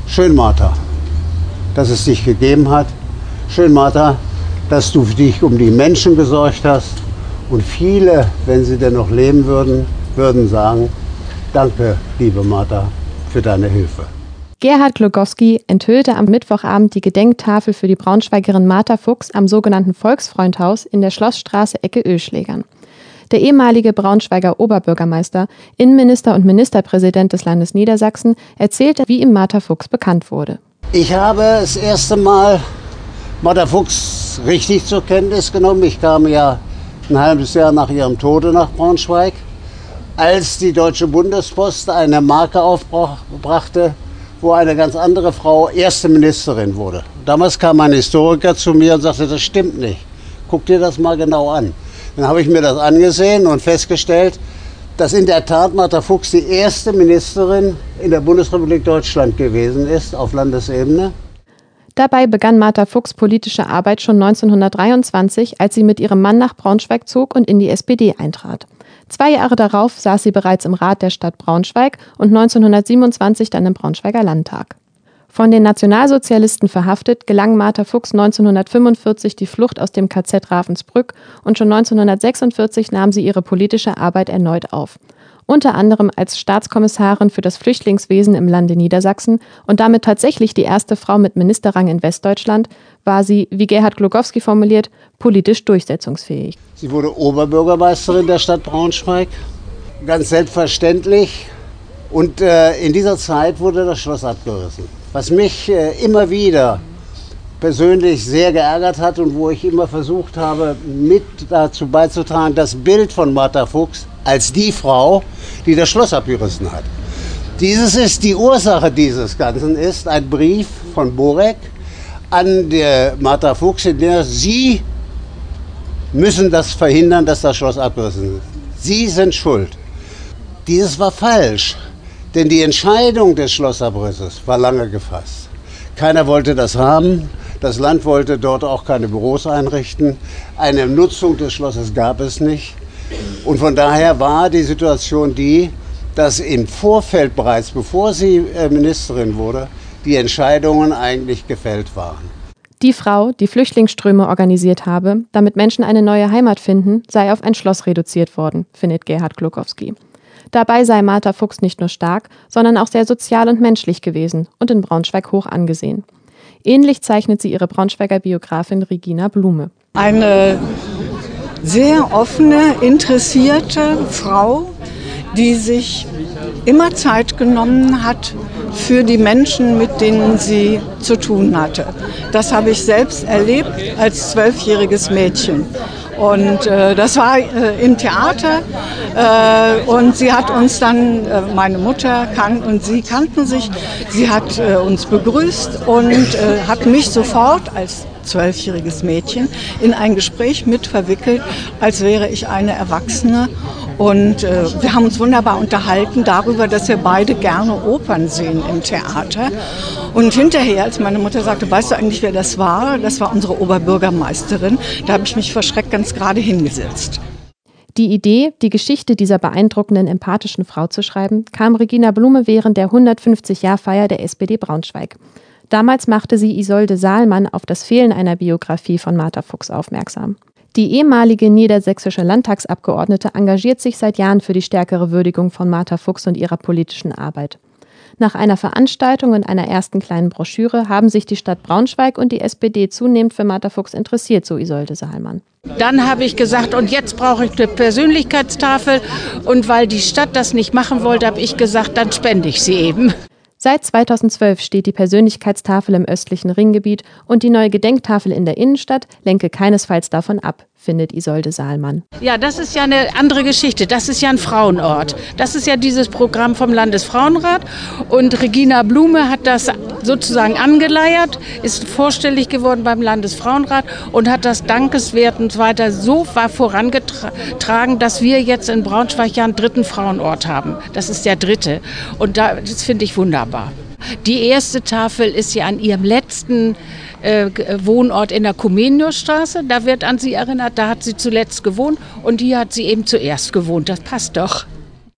Schön, Martha, dass es dich gegeben hat. Schön, Martha, dass du dich um die Menschen gesorgt hast. Und viele, wenn sie denn noch leben würden sagen, danke, liebe Martha, für deine Hilfe. Gerhard Glogowski enthüllte am Mittwochabend die Gedenktafel für die Braunschweigerin Martha Fuchs am sogenannten Volksfreundhaus in der Schlossstraße Ecke Ölschlägern. Der ehemalige Braunschweiger Oberbürgermeister, Innenminister und Ministerpräsident des Landes Niedersachsen erzählte, wie ihm Martha Fuchs bekannt wurde. Ich habe das erste Mal Martha Fuchs richtig zur Kenntnis genommen. Ich kam ja ein halbes Jahr nach ihrem Tode nach Braunschweig, als die Deutsche Bundespost eine Marke aufbrachte, wo eine ganz andere Frau erste Ministerin wurde. Damals kam ein Historiker zu mir und sagte, das stimmt nicht. Guck dir das mal genau an. Dann habe ich mir das angesehen und festgestellt, dass in der Tat Martha Fuchs die erste Ministerin in der Bundesrepublik Deutschland gewesen ist, auf Landesebene. Dabei begann Martha Fuchs politische Arbeit schon 1923, als sie mit ihrem Mann nach Braunschweig zog und in die SPD eintrat. 2 Jahre darauf saß sie bereits im Rat der Stadt Braunschweig und 1927 dann im Braunschweiger Landtag. Von den Nationalsozialisten verhaftet, gelang Martha Fuchs 1945 die Flucht aus dem KZ Ravensbrück und schon 1946 nahm sie ihre politische Arbeit erneut auf. Unter anderem als Staatskommissarin für das Flüchtlingswesen im Lande Niedersachsen und damit tatsächlich die erste Frau mit Ministerrang in Westdeutschland, war sie, wie Gerhard Glogowski formuliert, politisch durchsetzungsfähig. Sie wurde Oberbürgermeisterin der Stadt Braunschweig, ganz selbstverständlich. Und in dieser Zeit wurde das Schloss abgerissen. Was mich immer wieder persönlich sehr geärgert hat und wo ich immer versucht habe, mit dazu beizutragen, das Bild von Martha Fuchs als die Frau, die das Schloss abgerissen hat. Die Ursache dieses Ganzen ist ein Brief von Borek an die Martha Fuchs, in der Sie müssen das verhindern, dass das Schloss abgerissen wird. Sie sind schuld. Dieses war falsch. Denn die Entscheidung des Schlossabrisses war lange gefasst. Keiner wollte das haben. Das Land wollte dort auch keine Büros einrichten. Eine Nutzung des Schlosses gab es nicht. Und von daher war die Situation die, dass im Vorfeld bereits, bevor sie Ministerin wurde, die Entscheidungen eigentlich gefällt waren. Die Frau, die Flüchtlingsströme organisiert habe, damit Menschen eine neue Heimat finden, sei auf ein Schloss reduziert worden, findet Gerhard Glogowski. Dabei sei Martha Fuchs nicht nur stark, sondern auch sehr sozial und menschlich gewesen und in Braunschweig hoch angesehen. Ähnlich zeichnet sie ihre Braunschweiger Biografin Regina Blume. Eine sehr offene, interessierte Frau, die sich immer Zeit genommen hat für die Menschen, mit denen sie zu tun hatte. Das habe ich selbst erlebt als 12-jähriges Mädchen. Und das war im Theater und sie hat uns dann, meine Mutter und sie kannten sich, sie hat uns begrüßt und hat mich sofort als 12-jähriges Mädchen in ein Gespräch mit verwickelt, als wäre ich eine Erwachsene. Und wir haben uns wunderbar unterhalten darüber, dass wir beide gerne Opern sehen im Theater. Und hinterher, als meine Mutter sagte, weißt du eigentlich, wer das war? Das war unsere Oberbürgermeisterin. Da habe ich mich verschreckt ganz gerade hingesetzt. Die Idee, die Geschichte dieser beeindruckenden, empathischen Frau zu schreiben, kam Regina Blume während der 150-Jahr-Feier der SPD Braunschweig. Damals machte sie Isolde Sahlmann auf das Fehlen einer Biografie von Martha Fuchs aufmerksam. Die ehemalige niedersächsische Landtagsabgeordnete engagiert sich seit Jahren für die stärkere Würdigung von Martha Fuchs und ihrer politischen Arbeit. Nach einer Veranstaltung und einer ersten kleinen Broschüre haben sich die Stadt Braunschweig und die SPD zunehmend für Martha Fuchs interessiert, so Isolde Sahlmann. Dann habe ich gesagt, und jetzt brauche ich eine Persönlichkeitstafel. Und weil die Stadt das nicht machen wollte, habe ich gesagt, dann spende ich sie eben. Seit 2012 steht die Persönlichkeitstafel im östlichen Ringgebiet und die neue Gedenktafel in der Innenstadt lenke keinesfalls davon ab, findet Isolde Sahlmann. Ja, das ist ja eine andere Geschichte. Das ist ja ein Frauenort. Das ist ja dieses Programm vom Landesfrauenrat. Und Regina Blume hat das sozusagen angeleiert, ist vorstellig geworden beim Landesfrauenrat und hat das dankenswert und so weiter so vorangetragen, dass wir jetzt in Braunschweig ja einen 3. Frauenort haben. Das ist der 3. Und das finde ich wunderbar. Die erste Tafel ist ja an ihrem letzten Wohnort in der Comeniusstraße. Da wird an sie erinnert, da hat sie zuletzt gewohnt und hier hat sie eben zuerst gewohnt. Das passt doch.